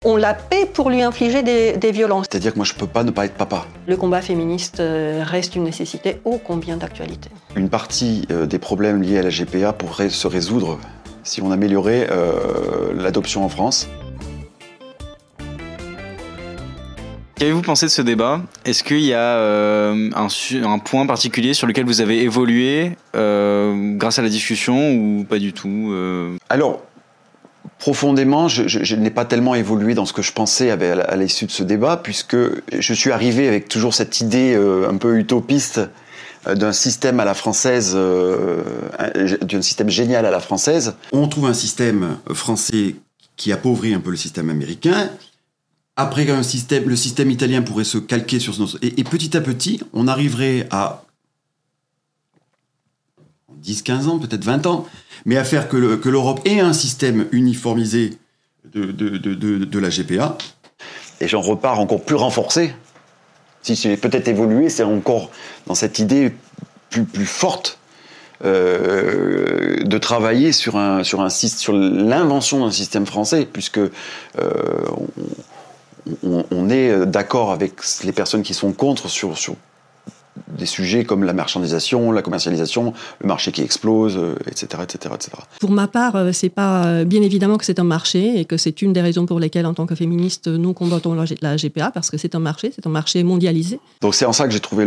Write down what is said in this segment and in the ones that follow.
On la paie pour lui infliger des violences. C'est-à-dire que moi je peux pas ne pas être papa. Le combat féministe reste une nécessité ô combien d'actualité. Une partie des problèmes liés à la GPA pourrait se résoudre si on améliorait l'adoption en France. Qu'avez-vous pensé de ce débat ? Est-ce qu'il y a un point particulier sur lequel vous avez évolué grâce à la discussion ou pas du tout Alors, profondément, je n'ai pas tellement évolué dans ce que je pensais à l'issue de ce débat, puisque je suis arrivé avec toujours cette idée un peu utopiste d'un système à la française, d'un système génial à la française. On trouve un système français qui appauvrit un peu le système américain. Après, le système italien pourrait se calquer sur notre... Et petit à petit, on arriverait à 10-15 ans, peut-être 20 ans, mais à faire que l'Europe ait un système uniformisé de la GPA. Et j'en repars encore plus renforcé. Si j'ai peut-être évolué, c'est encore dans cette idée plus forte de travailler sur l'invention d'un système français, puisque on est d'accord avec les personnes qui sont contre sur des sujets comme la marchandisation, la commercialisation, le marché qui explose, etc., etc., etc. Pour ma part, c'est pas bien évidemment que c'est un marché et que c'est une des raisons pour lesquelles, en tant que féministe, nous combattons la GPA, parce que c'est un marché mondialisé. Donc c'est en ça que j'ai trouvé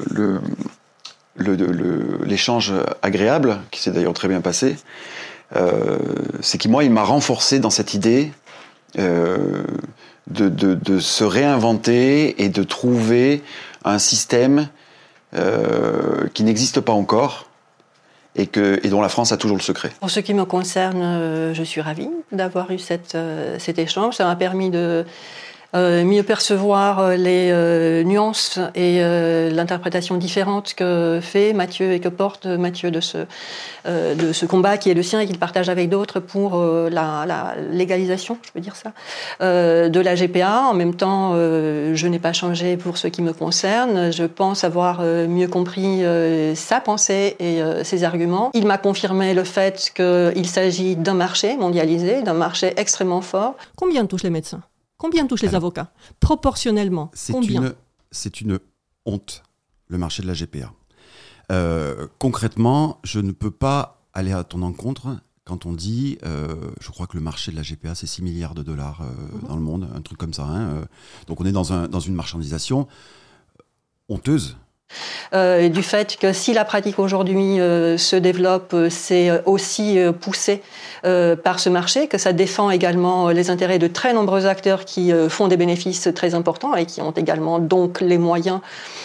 l'échange agréable, qui s'est d'ailleurs très bien passé. C'est qu'il m'a renforcé dans cette idée de se réinventer et de trouver un système qui n'existe pas encore et dont la France a toujours le secret. Pour ce qui me concerne, je suis ravie d'avoir eu cet échange. Ça m'a permis de mieux percevoir les nuances et l'interprétation différente que fait Mathieu et que porte Mathieu de ce combat qui est le sien et qu'il partage avec d'autres pour la légalisation, je peux dire ça, de la GPA. En même temps, je n'ai pas changé pour ce qui me concerne. Je pense avoir mieux compris sa pensée et ses arguments. Il m'a confirmé le fait qu'il s'agit d'un marché mondialisé, d'un marché extrêmement fort. Combien touchent les médecins ? Combien touchent les avocats ? Proportionnellement, combien ? C'est une honte, le marché de la GPA. Concrètement, je ne peux pas aller à ton encontre quand on dit, je crois que le marché de la GPA, c'est 6 milliards de dollars dans le monde, un truc comme ça. Donc on est dans une marchandisation honteuse. Du fait que si la pratique aujourd'hui se développe, c'est aussi poussé par ce marché, que ça défend également les intérêts de très nombreux acteurs qui font des bénéfices très importants et qui ont également donc les moyens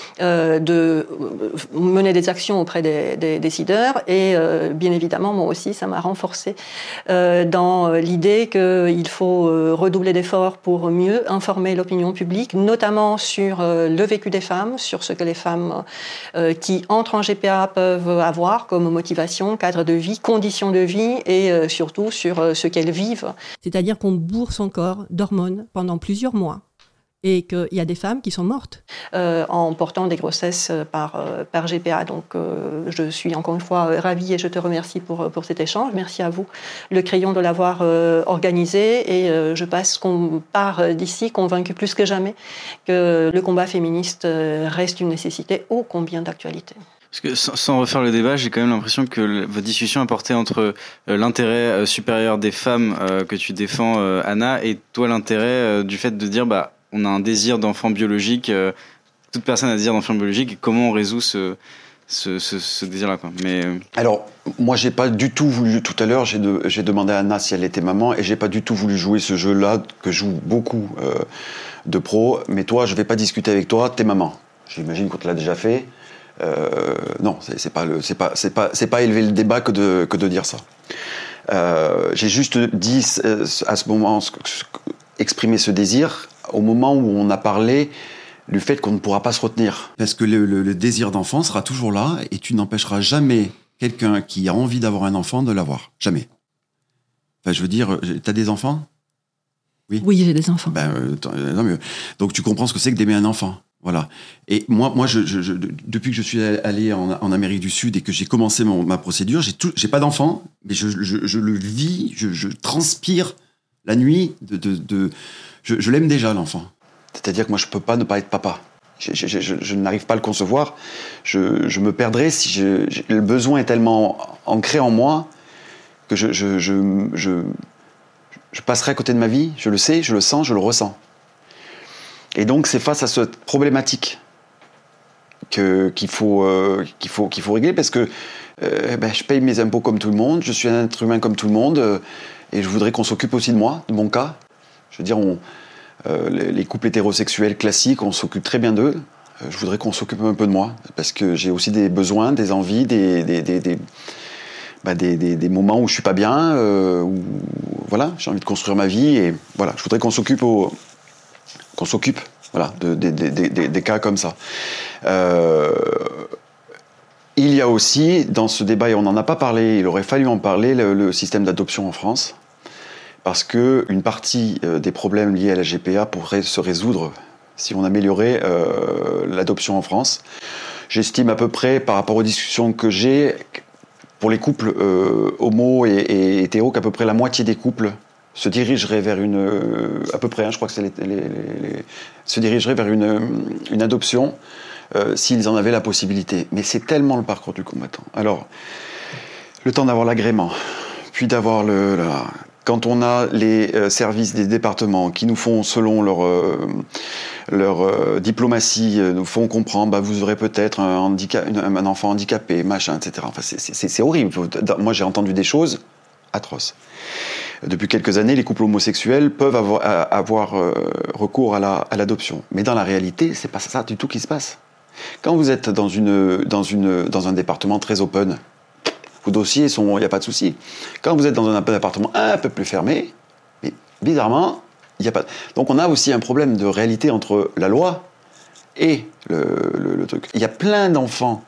de mener des actions auprès des décideurs. Et bien évidemment, moi aussi, ça m'a renforcé dans l'idée qu'il faut redoubler d'efforts pour mieux informer l'opinion publique, notamment sur le vécu des femmes, sur ce que les femmes qui entrent en GPA peuvent avoir comme motivation, cadre de vie, conditions de vie et surtout sur ce qu'elles vivent. C'est-à-dire qu'on bourre son corps d'hormones pendant plusieurs mois. Et qu'il y a des femmes qui sont mortes. En portant des grossesses par GPA. Donc je suis encore une fois ravie et je te remercie pour cet échange. Merci à vous, le Crayon, de l'avoir organisé. Et je pense qu'on part d'ici convaincu plus que jamais que le combat féministe reste une nécessité ô combien d'actualité. Parce que sans refaire le débat, j'ai quand même l'impression que votre discussion a porté entre l'intérêt supérieur des femmes que tu défends, Anna, et toi l'intérêt du fait de dire on a un désir d'enfant biologique, toute personne a un désir d'enfant biologique, et comment on résout ce désir-là, quoi. Mais alors, moi, j'ai pas du tout voulu, tout à l'heure, j'ai demandé à Anna si elle était maman, et j'ai pas du tout voulu jouer ce jeu-là, que jouent beaucoup de pros, mais toi, je vais pas discuter avec toi, t'es maman. J'imagine qu'on te l'a déjà fait. Non, c'est pas élever le débat que de dire ça. J'ai juste dit, à ce moment, exprimer ce désir, au moment où on a parlé du fait qu'on ne pourra pas se retenir. Parce que le désir d'enfant sera toujours là et tu n'empêcheras jamais quelqu'un qui a envie d'avoir un enfant de l'avoir. Jamais. Enfin, je veux dire, t'as des enfants ? Oui, j'ai des enfants. Non, mais, donc tu comprends ce que c'est que d'aimer un enfant. Voilà. Et moi depuis que je suis allé en Amérique du Sud et que j'ai commencé ma procédure, j'ai pas d'enfant, mais je le vis, je transpire La nuit, je l'aime déjà, l'enfant. C'est-à-dire que moi, je peux pas ne pas être papa. Je n'arrive pas à le concevoir. Je me perdrais si le besoin est tellement ancré en moi que je passerai à côté de ma vie. Je le sais, je le sens, je le ressens. Et donc, c'est face à cette problématique qu'il faut régler, parce que je paye mes impôts comme tout le monde, je suis un être humain comme tout le monde, et je voudrais qu'on s'occupe aussi de moi, de mon cas. Je veux dire, les couples hétérosexuels classiques, on s'occupe très bien d'eux. Je voudrais qu'on s'occupe un peu de moi, parce que j'ai aussi des besoins, des envies, des moments où je suis pas bien, où voilà, j'ai envie de construire ma vie, et voilà, je voudrais qu'on s'occupe voilà, des cas comme ça. Il y a aussi, dans ce débat, et on n'en a pas parlé, il aurait fallu en parler, le système d'adoption en France, parce qu'une partie des problèmes liés à la GPA pourrait se résoudre si on améliorait l'adoption en France. J'estime à peu près, par rapport aux discussions que j'ai, pour les couples homo et hétéros, qu'à peu près la moitié des couples se dirigerait vers à peu près, je crois que c'est se dirigerait vers une adoption s'ils en avaient la possibilité. Mais c'est tellement le parcours du combattant. Alors, le temps d'avoir l'agrément, puis d'avoir quand on a les services des départements qui nous font, selon leur diplomatie, nous font comprendre, vous aurez peut-être un enfant handicapé, machin, etc. Enfin, c'est horrible. Moi, j'ai entendu des choses atroces. Depuis quelques années, les couples homosexuels peuvent avoir recours à l'adoption. Mais dans la réalité, c'est pas ça du tout qui se passe. Quand vous êtes dans un département très open, vos dossiers il n'y a pas de souci. Quand vous êtes dans un département un peu plus fermé, mais bizarrement, il n'y a pas. Donc on a aussi un problème de réalité entre la loi et le truc. Il y a plein d'enfants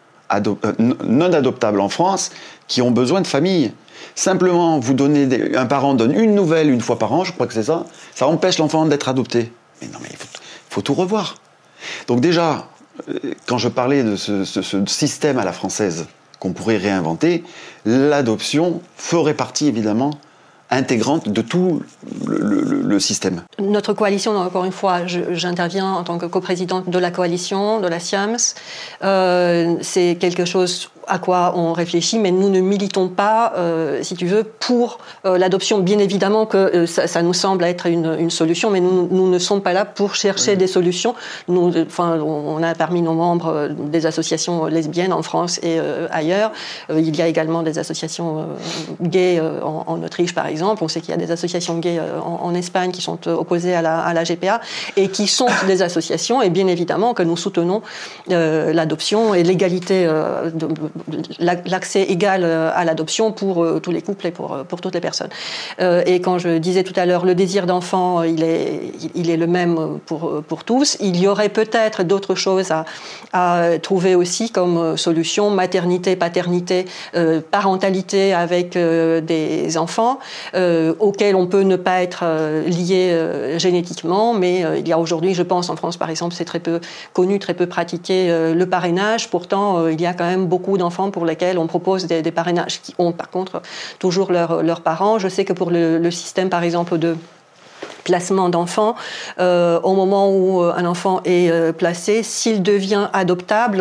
non adoptables en France qui ont besoin de famille. Simplement, un parent donne une nouvelle une fois par an, je crois que c'est ça, ça empêche l'enfant d'être adopté. Mais non, mais il faut tout revoir. Donc déjà, quand je parlais de ce système à la française qu'on pourrait réinventer, l'adoption ferait partie évidemment intégrante de tout le système. Notre coalition, encore une fois, j'interviens en tant que coprésidente de la coalition, de la SIAMS. C'est quelque chose à quoi on réfléchit, mais nous ne militons pas, si tu veux, pour l'adoption. Bien évidemment que ça nous semble être une solution, mais nous ne sommes pas là pour chercher des solutions. On a parmi nos membres des associations lesbiennes en France et ailleurs. Il y a également des associations gays en Autriche, par exemple. On sait qu'il y a des associations gays en Espagne qui sont opposées à la GPA et qui sont des associations, et bien évidemment que nous soutenons l'adoption et l'égalité l'accès égal à l'adoption pour tous les couples et pour toutes les personnes. Et quand je disais tout à l'heure, le désir d'enfant, il est le même pour tous. Il y aurait peut-être d'autres choses à trouver aussi comme solution, maternité, paternité, parentalité avec des enfants auxquels on peut ne pas être lié génétiquement, mais il y a aujourd'hui, je pense, en France par exemple, c'est très peu connu, très peu pratiqué, le parrainage. Pourtant, il y a quand même beaucoup d'enfants pour lesquels on propose des parrainages qui ont par contre toujours leurs parents. Je sais que pour le système par exemple de placement d'enfants, au moment où un enfant est placé, s'il devient adoptable,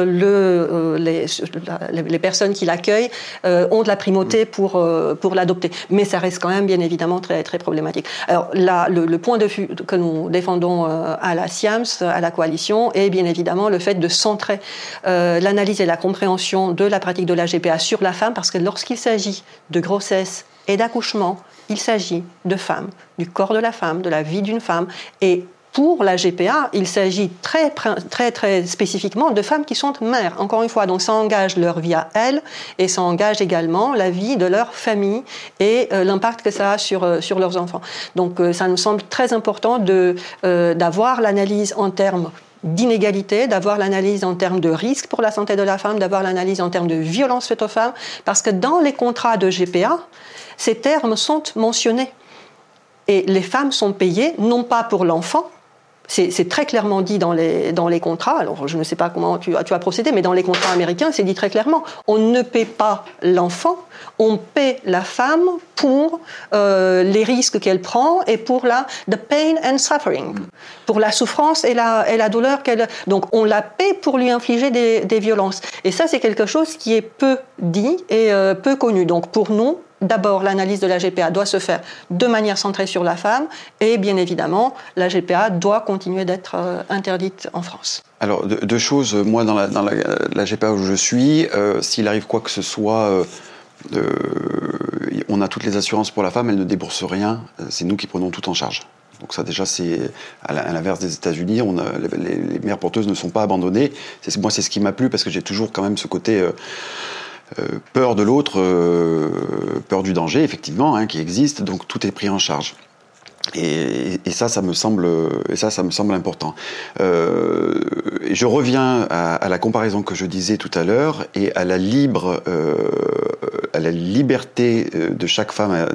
les personnes qui l'accueillent ont de la primauté pour l'adopter. Mais ça reste quand même bien évidemment très, très problématique. Alors là, le point de vue que nous défendons à la SIAMS, à la coalition, est bien évidemment le fait de centrer l'analyse et la compréhension de la pratique de la GPA sur la femme, parce que lorsqu'il s'agit de grossesse et d'accouchement, il s'agit de femmes, du corps de la femme, de la vie d'une femme. Et pour la GPA, il s'agit très, très, très spécifiquement de femmes qui sont mères. Encore une fois, donc ça engage leur vie à elles et ça engage également la vie de leur famille et l'impact que ça a sur leurs enfants. Donc ça nous semble très important d'avoir l'analyse en termes d'inégalité, d'avoir l'analyse en termes de risque pour la santé de la femme, d'avoir l'analyse en termes de violence faite aux femmes, parce que dans les contrats de GPA, ces termes sont mentionnés. Et les femmes sont payées, non pas pour l'enfant, C'est très clairement dit dans les contrats. Alors, je ne sais pas comment tu as procédé, mais dans les contrats américains, c'est dit très clairement. On ne paie pas l'enfant, on paie la femme pour les risques qu'elle prend et pour the pain and suffering, pour la souffrance et la douleur qu'elle... Donc, on la paie pour lui infliger des violences. Et ça, c'est quelque chose qui est peu dit et peu connu. Donc, pour nous, d'abord, l'analyse de la GPA doit se faire de manière centrée sur la femme et bien évidemment, la GPA doit continuer d'être interdite en France. Alors, deux choses. Moi, dans la GPA où je suis, s'il arrive quoi que ce soit, on a toutes les assurances pour la femme, elle ne débourse rien, c'est nous qui prenons tout en charge. Donc ça déjà, c'est à l'inverse des États-Unis, les mères porteuses ne sont pas abandonnées. Moi, c'est ce qui m'a plu parce que j'ai toujours quand même ce côté... peur de l'autre, peur du danger, effectivement, qui existe, donc tout est pris en charge. Et ça me semble important. Et je reviens à la comparaison que je disais tout à l'heure et à la liberté de chaque femme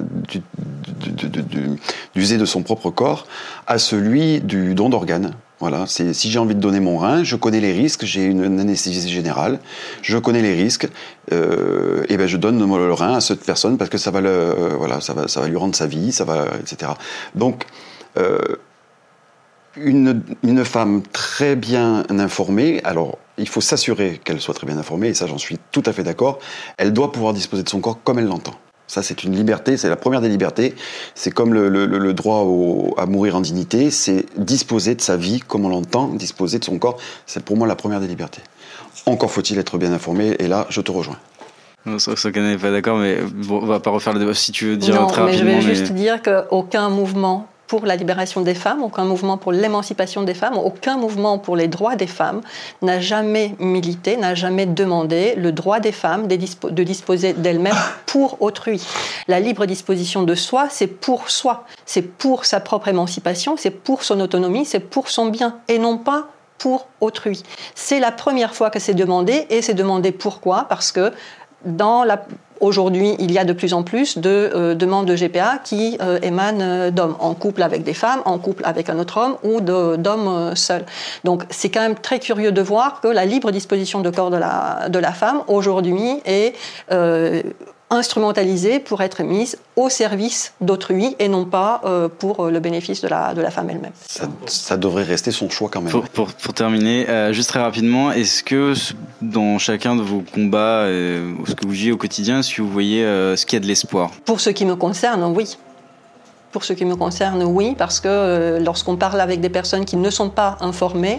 d'user de son propre corps à celui du don d'organes. Voilà, si j'ai envie de donner mon rein, je connais les risques, j'ai une anesthésie générale, je connais les risques, et ben je donne le rein à cette personne parce que ça va lui rendre sa vie, etc. Donc, une femme très bien informée, alors il faut s'assurer qu'elle soit très bien informée, et ça j'en suis tout à fait d'accord, elle doit pouvoir disposer de son corps comme elle l'entend. Ça, c'est une liberté, c'est la première des libertés. C'est comme le droit à mourir en dignité, c'est disposer de sa vie comme on l'entend, disposer de son corps. C'est pour moi la première des libertés. Encore faut-il être bien informé, et là, je te rejoins. Sokana n'est pas d'accord, mais bon, on va pas refaire le débat si tu veux dire très rapidement. Non, mais je vais juste dire qu'aucun mouvement pour la libération des femmes, aucun mouvement pour l'émancipation des femmes, aucun mouvement pour les droits des femmes n'a jamais milité, n'a jamais demandé le droit des femmes de disposer d'elles-mêmes pour autrui. La libre disposition de soi, c'est pour soi, c'est pour sa propre émancipation, c'est pour son autonomie, c'est pour son bien, et non pas pour autrui. C'est la première fois que c'est demandé, et c'est demandé pourquoi ? Parce que aujourd'hui, il y a de plus en plus de demandes de GPA qui émanent d'hommes, en couple avec des femmes, en couple avec un autre homme ou d'hommes seuls. Donc c'est quand même très curieux de voir que la libre disposition de corps de la femme, aujourd'hui, est instrumentalisée pour être mise au service d'autrui et non pas pour le bénéfice de la femme elle-même. Ça devrait rester son choix quand même. Pour terminer, juste très rapidement, est-ce que dans chacun de vos combats, ce que vous vivez au quotidien, est-ce que vous voyez ce qu'il y a de l'espoir ? Pour ce qui me concerne, oui. Pour ce qui me concerne, oui, parce que lorsqu'on parle avec des personnes qui ne sont pas informées,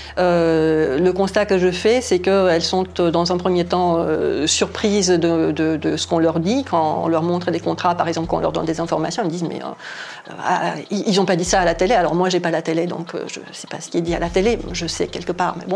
le constat que je fais, c'est qu'elles sont dans un premier temps surprises de ce qu'on leur dit. Quand on leur montre des contrats, par exemple, quand on leur donne des informations, elles disent mais ils n'ont pas dit ça à la télé. Alors moi, j'ai pas la télé, donc je ne sais pas ce qui est dit à la télé. Je sais quelque part, mais bon.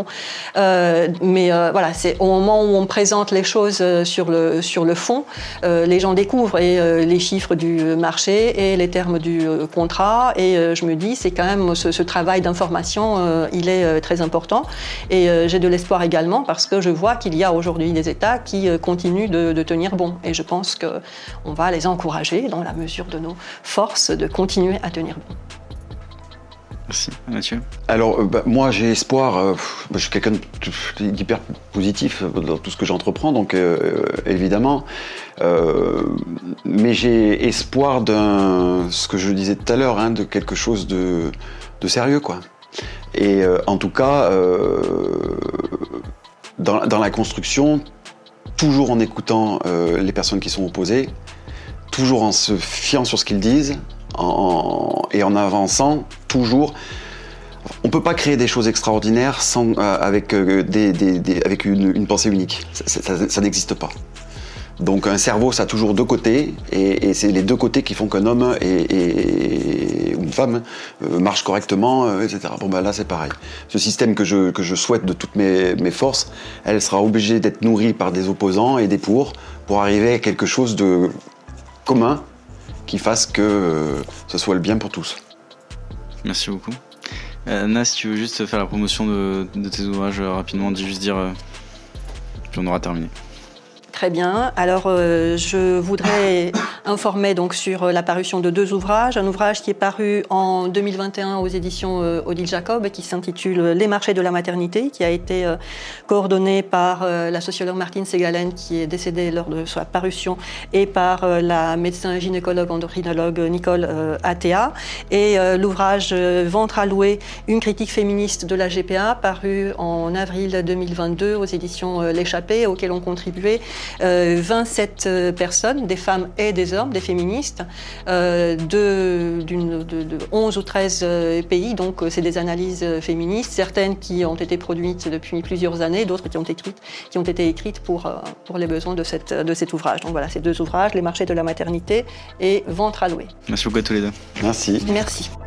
Voilà, c'est au moment où on présente les choses sur le fond, les gens découvrent les chiffres du marché et les termes du contrat. Et je me dis, c'est quand même ce travail d'information, il est très important. Et j'ai de l'espoir également parce que je vois qu'il y a aujourd'hui des États qui continuent de tenir bon. Et je pense qu'on va les encourager dans la mesure de nos forces de continuer à tenir bon. Merci. Mathieu ? Alors, moi, j'ai espoir. Je suis quelqu'un d'hyper positif dans tout ce que j'entreprends, donc évidemment. Mais j'ai espoir ce que je disais tout à l'heure, de quelque chose de sérieux, quoi. Et en tout cas, dans la construction, toujours en écoutant les personnes qui sont opposées, toujours en se fiant sur ce qu'ils disent, et en avançant toujours. On ne peut pas créer des choses extraordinaires avec une pensée unique. Ça n'existe pas. Donc un cerveau, ça a toujours deux côtés, et c'est les deux côtés qui font qu'un homme ou une femme marche correctement, etc. Bon là c'est pareil. Ce système que je souhaite de toutes mes forces, elle sera obligée d'être nourrie par des opposants et des pour arriver à quelque chose de commun qui fasse que ce soit le bien pour tous. Merci beaucoup. Anna, si tu veux juste faire la promotion de tes ouvrages rapidement, juste dire, puis on aura terminé. Très bien. Alors, je voudrais informait donc sur la parution de 2 ouvrages. Un ouvrage qui est paru en 2021 aux éditions Odile Jacob, qui s'intitule Les marchés de la maternité, qui a été coordonné par la sociologue Martine Segalen, qui est décédée lors de sa parution, et par la médecin gynécologue endocrinologue Nicole Attea. Et l'ouvrage Ventre à louer, une critique féministe de la GPA, paru en avril 2022 aux éditions L'Échappée, auquel ont contribué 27 personnes, des femmes et des hommes, des féministes, de 11 ou 13 pays. Donc c'est des analyses féministes, certaines qui ont été produites depuis plusieurs années, d'autres qui ont été écrites pour les besoins de cet ouvrage. Donc voilà, ces 2 ouvrages, Les marchés de la maternité et Ventre à louer. Merci beaucoup à tous les deux. Merci. Merci.